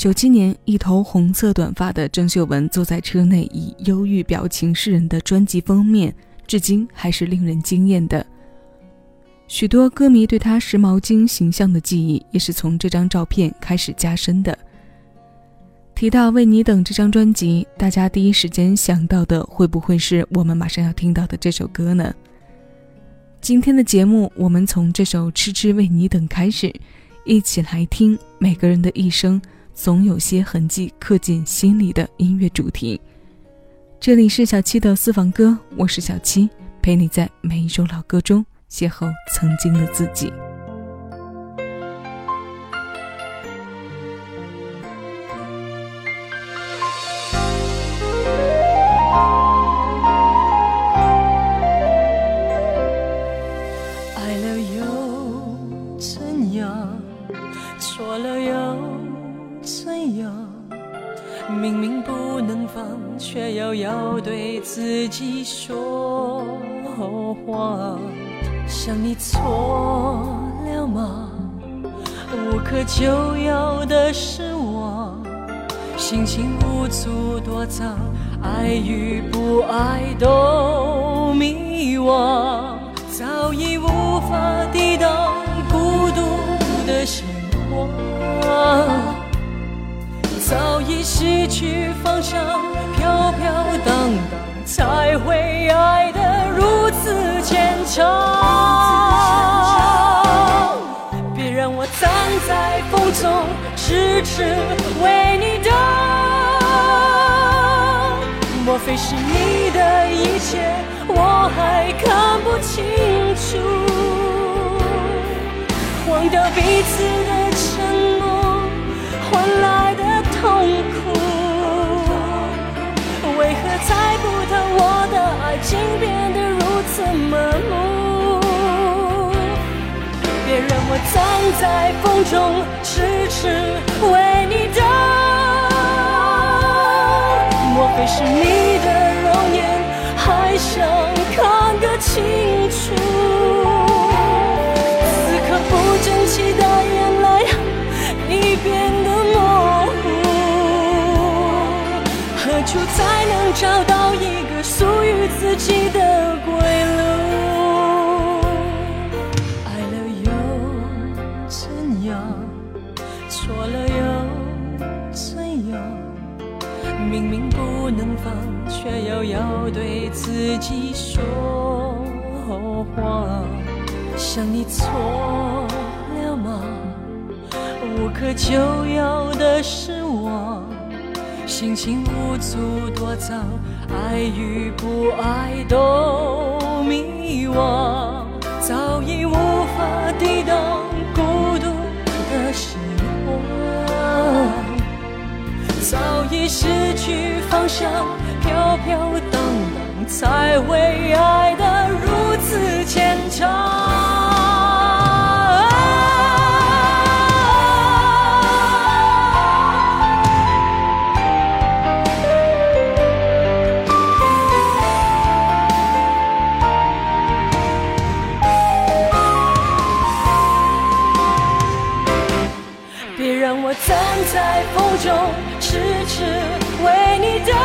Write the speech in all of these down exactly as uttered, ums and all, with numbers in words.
九七年，一头红色短发的郑秀文坐在车内以忧郁表情示人的专辑封面，至今还是令人惊艳的。许多歌迷对她时髦精形象的记忆也是从这张照片开始加深的。提到《为你等》这张专辑，大家第一时间想到的会不会是我们马上要听到的这首歌呢？今天的节目，我们从这首《痴痴为你等》开始，一起来听每个人的一生总有些痕迹刻进心里的音乐主题。这里是小七的私房歌，我是小七，陪你在每一首老歌中邂逅曾经的自己。 爱了又怎样，错了又怎样，明明不能放，却又要对自己说谎。想你错了吗？无可救药的失望，心情无助躲藏，爱与不爱都迷惘，早已无法抵挡孤独的鲜花，早已失去方向，飘飘荡荡，才会爱得如此牵肠。别让我站在风中，痴痴为你等，莫非是你的一切我还看不清楚，忘掉彼此的承诺换来的痛苦，为何猜不透我的爱情变得如此麻木？别让我站在风中，痴痴为你等，莫非是你的容颜还想看个清楚？此刻不争气的眼泪已变得模糊，何处才能找到一个属于自己的归路？爱了又怎样，错了又怎样，明明不能放，却又要对自己说谎。想你错了吗？无可救药的失望，心情无助躲藏，爱与不爱都迷惘，早已无法抵挡孤独的鲜花，早已失去方向，飘飘荡荡，才会爱得如此牵肠。别让我站在风中，痴痴为你等，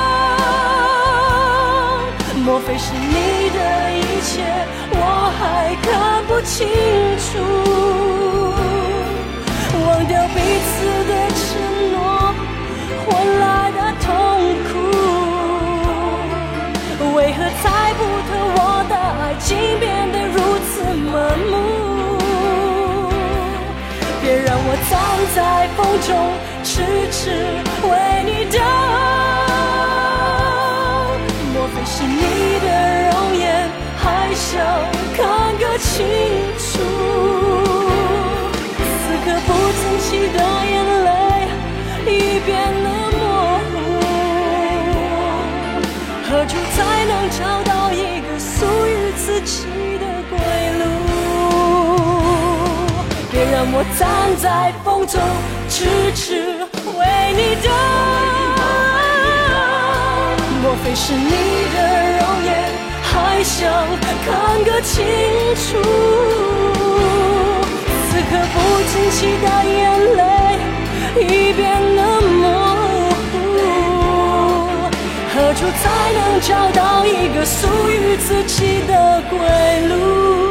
莫非是你的一切我还看不清楚，忘掉彼此的承诺换来的痛苦，为何猜不透我的爱情变得如此麻木？别让我站在风中，痴痴为你等，莫非是你的容颜还想看个清楚？此刻不争气的眼泪已变得模糊，何处才能找到一个属于自己的归路？别让我站在风中，痴痴为你等，莫非是你的容颜还想看个清楚？此刻不争气的眼泪已变得找到一个属于自己的归路。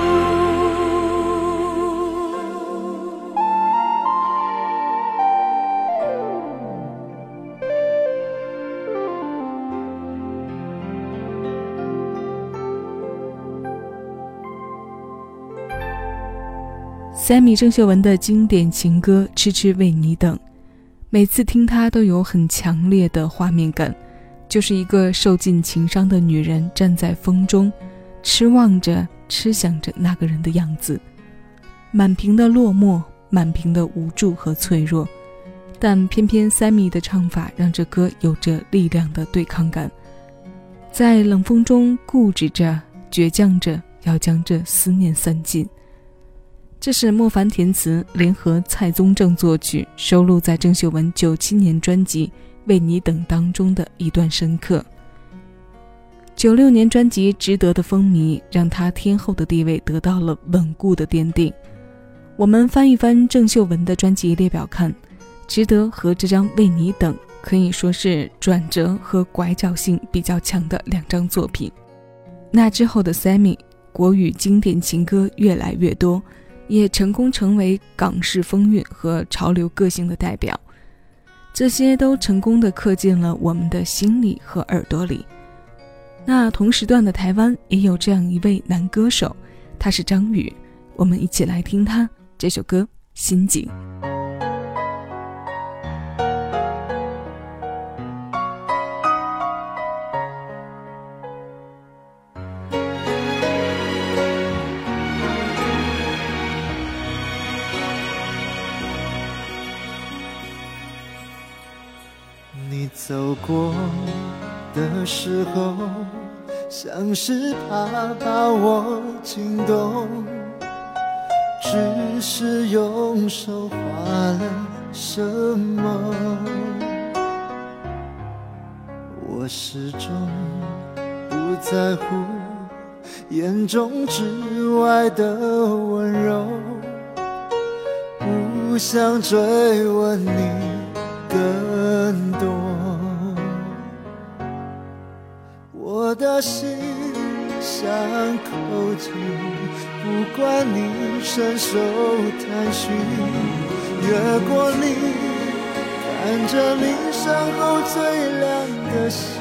Sammy 郑秀文的经典情歌《痴痴为你等》，每次听她都有很强烈的画面感，就是一个受尽情伤的女人站在风中，痴望着痴想着那个人的样子，满屏的落寞，满屏的无助和脆弱，但偏偏 Sammy 的唱法让这歌有着力量的对抗感，在冷风中固执着，倔强着，要将这思念散尽。这是莫凡填词，联合蔡宗正作曲，收录在郑秀文九七年专辑《为你等》当中的一段深刻。九六年专辑《值得》的风靡，让她天后的地位得到了稳固的奠定。我们翻一翻郑秀文的专辑列表看，《值得》和这张《为你等》可以说是转折和拐角性比较强的两张作品。那之后的 Sammy， 国语经典情歌越来越多，也成功成为港式风韵和潮流个性的代表，这些都成功地刻进了我们的心里和耳朵里。那同时段的台湾也有这样一位男歌手，他是张宇，我们一起来听他这首歌《心境》。 你走过的时候，像是怕把我惊动，只是用手画了什么，我始终不在乎眼中之外的温柔，不想追问你更多，我的心像口井，不管你伸手探寻，越过你，看着你身后最亮的星，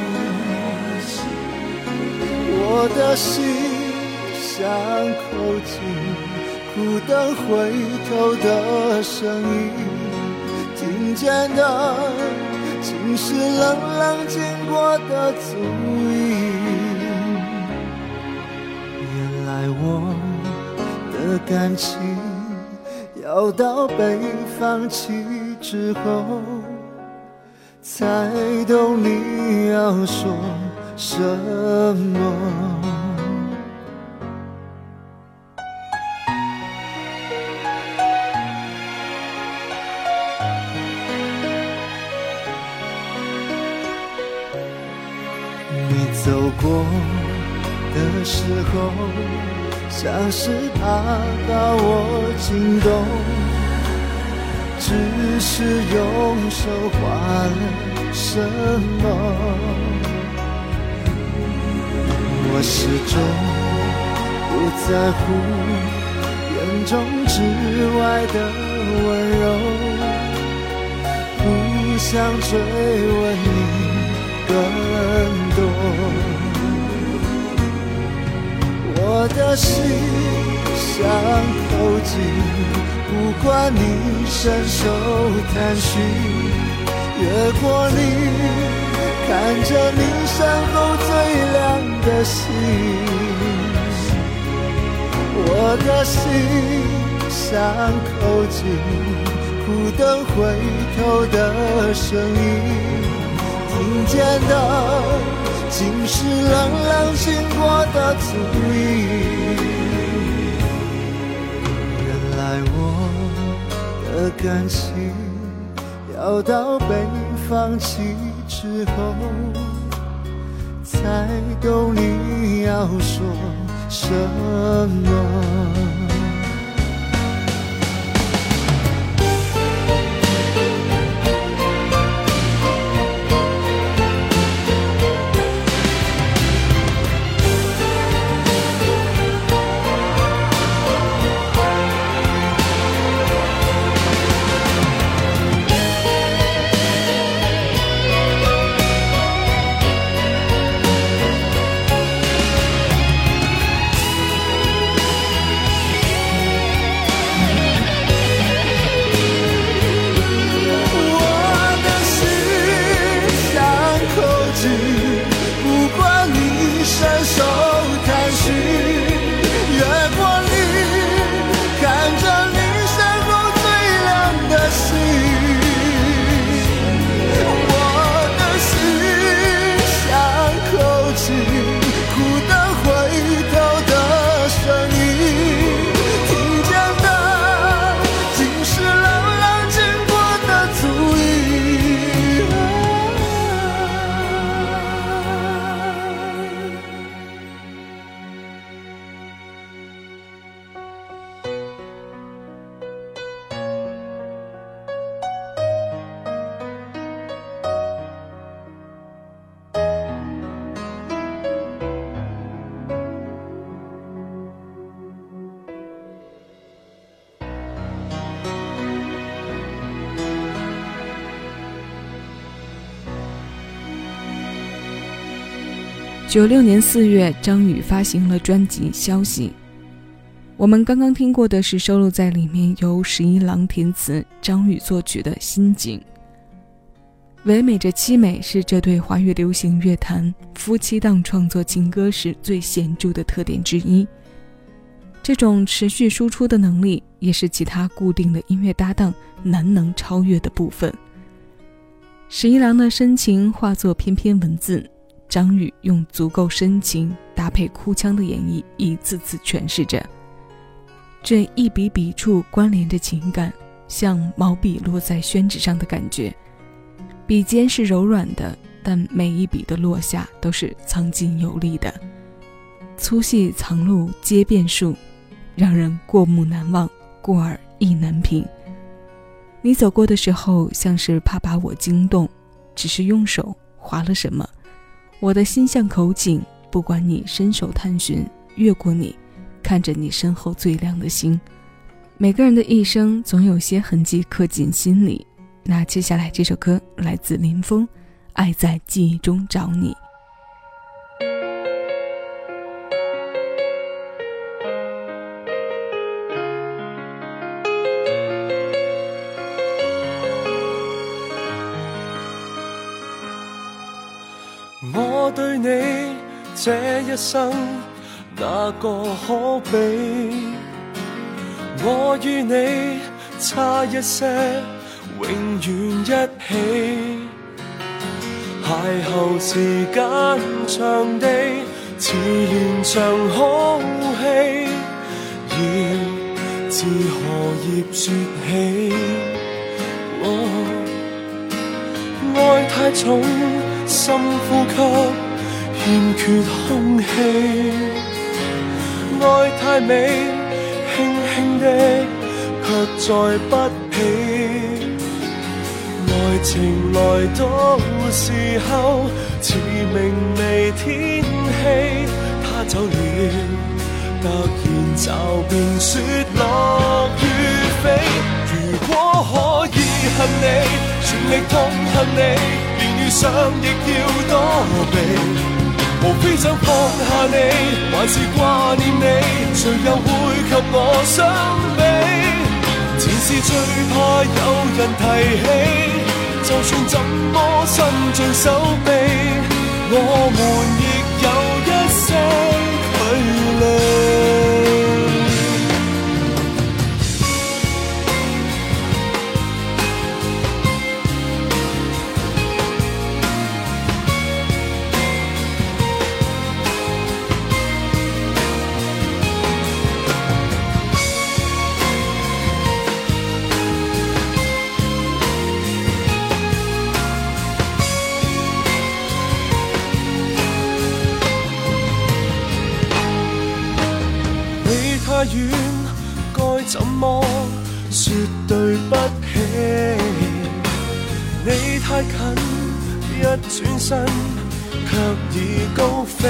我的心像口井，苦等回头的声音，听见的竟是冷冷经过的足印。原来我的感情要到被放弃之后，才懂你要说什么。你走过的时候，像是怕把我惊动，只是用手画了什么，我始终不在乎眼中之外的温柔，不想追问你更多，我的心像口井，不管你伸手探寻，越过你，看着你身后最亮的星，我的心像口井，苦等回头的声音，听见的竟是冷冷经过的足印。原来我的感情要到被放弃之后，才懂你要说什么。 九六年四月，张宇发行了专辑《消息》。我们刚刚听过的是收录在里面由十一郎填词、张宇作曲的《心境》。唯美着凄美是这对华语流行乐坛夫妻档创作情歌时最显著的特点之一。这种持续输出的能力，也是其他固定的音乐搭档难能超越的部分。十一郎的深情化作篇篇文字，张宇用足够深情搭配哭腔的演绎，一次次诠释着。这一笔笔触关联着情感，像毛笔落在宣纸上的感觉。笔尖是柔软的，但每一笔的落下都是苍劲有力的。粗细藏路皆变数，让人过目难忘，过耳意难平。你走过的时候，像是怕把我惊动，只是用手划了什么。我的心像口井，不管你伸手探寻，越过你，看着你身后最亮的星。每个人的一生总有些痕迹刻进心里。那接下来这首歌来自林峰，《爱在记忆中找你》。 我對你這一生哪個可比？我與你差一些，永遠一起。邂逅時間長地，似連場好戲，要自何葉説起？哦，愛太重，深呼吸，欠缺空氣。愛太美，輕輕的，卻再不起。愛情來到時候，似明媚天氣，他走了，突然驟變雪落雨飛。如果可以恨你，全力痛恨你，連遇上亦要躲避。無非想放下你，還是掛念你，誰又會及我相比？前事最怕有人提起，就算怎麼伸盡手臂，我們亦有一些距離。太遠，該怎麼說對不起？你太近，一轉身卻已高飛。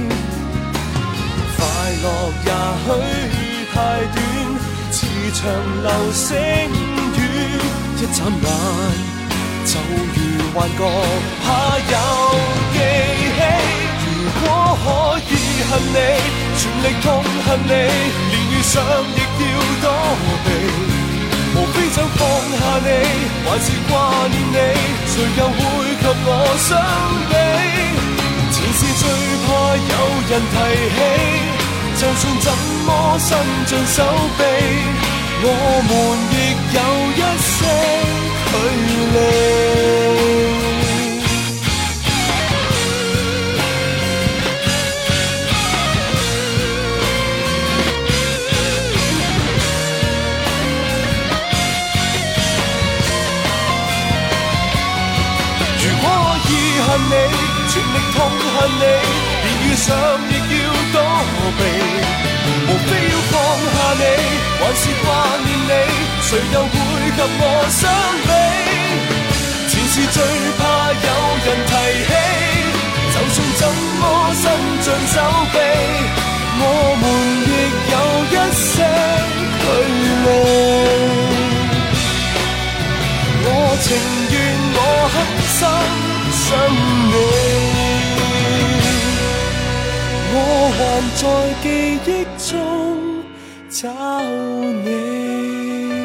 快樂也許太短，似長流星雨，一眨眼就如幻覺，怕有記起。如果可以恨你，全力痛恨你，連遇上亦要躲避。無非想放下你，還是掛念你，誰又會及我相比？前事最怕有人提起，就算怎麼伸盡手臂，我們亦有一些距離。恨你，全力痛恨你，連遇上亦要躲避。無非要放下你，還是掛念你，誰又會及我相比？前事最怕有人提起，就算怎麼伸盡手臂，我們亦有一些距離。我情願我狠心想你。 還在記憶中找你。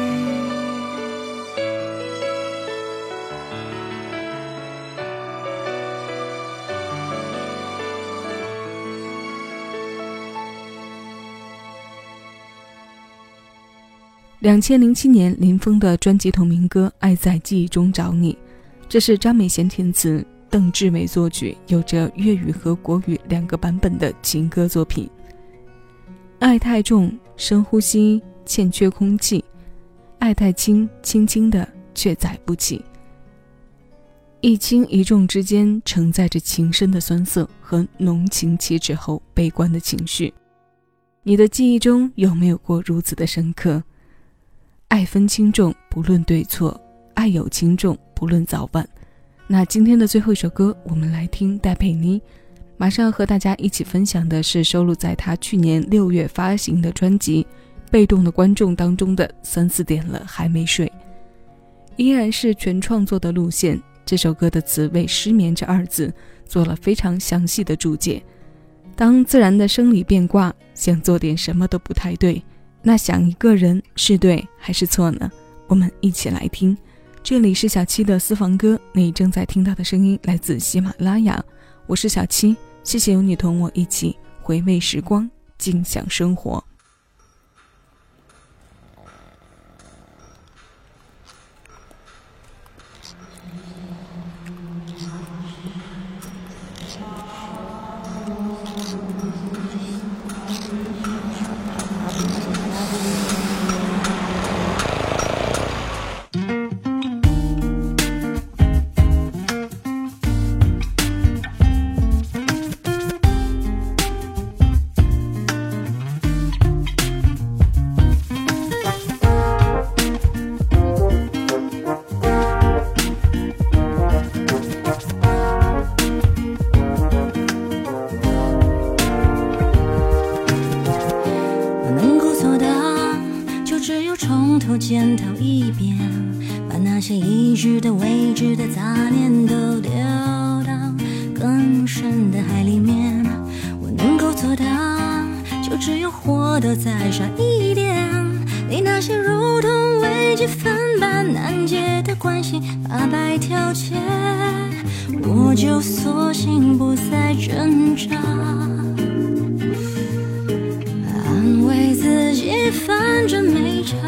两千零七年林峰的专辑同名歌《爱在记忆中找你》，这是张美贤填词，邓志伟作曲，有着粤语和国语两个版本的情歌作品。爱太重，深呼吸，欠缺空气；爱太轻，轻轻的却载不起。一轻一重之间承载着情深的酸涩和浓情起止后悲观的情绪。你的记忆中有没有过如此的深刻？爱分轻重，不论对错，爱有轻重，不论早晚。那今天的最后一首歌，我们来听戴佩妮。马上和大家一起分享的是收录在她去年六月发行的专辑《被动的观众》当中的三四点了还没睡。依然是全创作的路线，这首歌的词为失眠这二字做了非常详细的注解。当自然的生理变卦，想做点什么都不太对，那想一个人是对还是错呢？我们一起来听。这里是小七的私房歌，你正在听到的声音来自喜马拉雅，我是小七，谢谢有你同我一起回味时光，尽享生活。 从头检讨一遍，把那些已知的未知的杂念都丢到更深的海里面。我能够做的就只有活得再傻一点，你那些如同微积分般难解的关系把白条切，我就索性不再挣扎，安慰自己反正没差，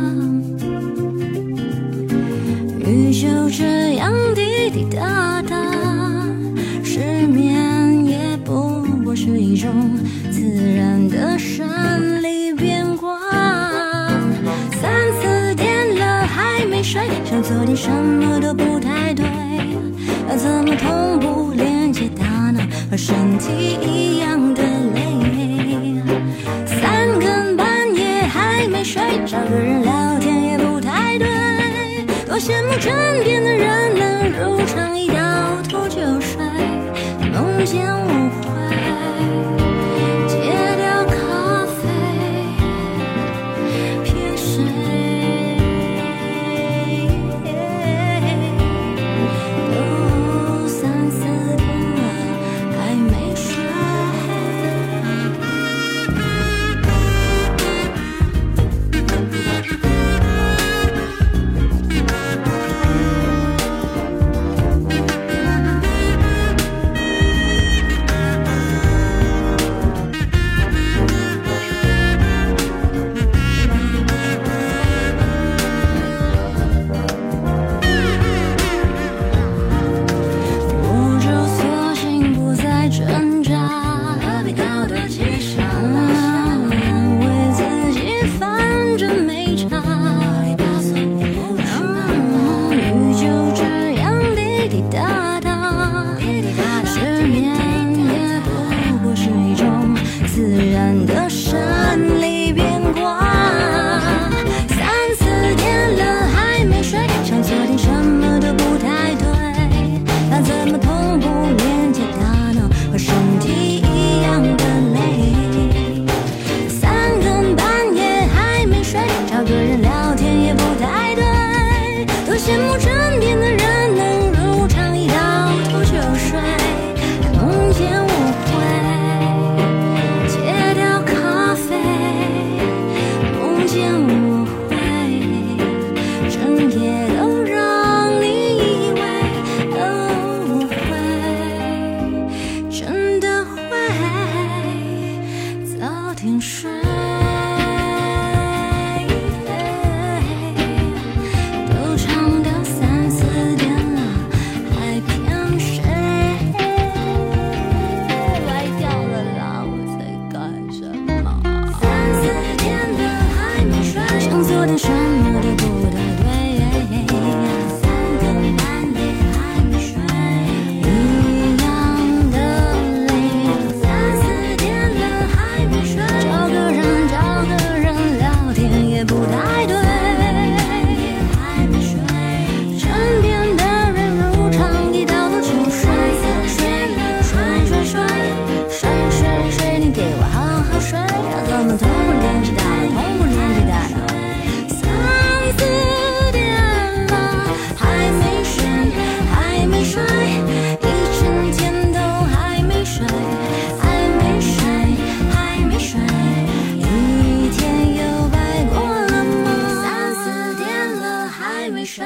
雨就这样滴滴答答，失眠也不过是一种自然的生理变化。三四点了还没睡，想做点什么都不太对，怎么同步连接大脑和身体一样的累？三更半夜还没睡，找个人聊天也不太对，多羡慕枕边的人能如常一倒头就睡，梦见误会，戒掉咖啡，骗谁？都三四点了还没睡。戒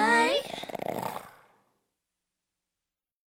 拜。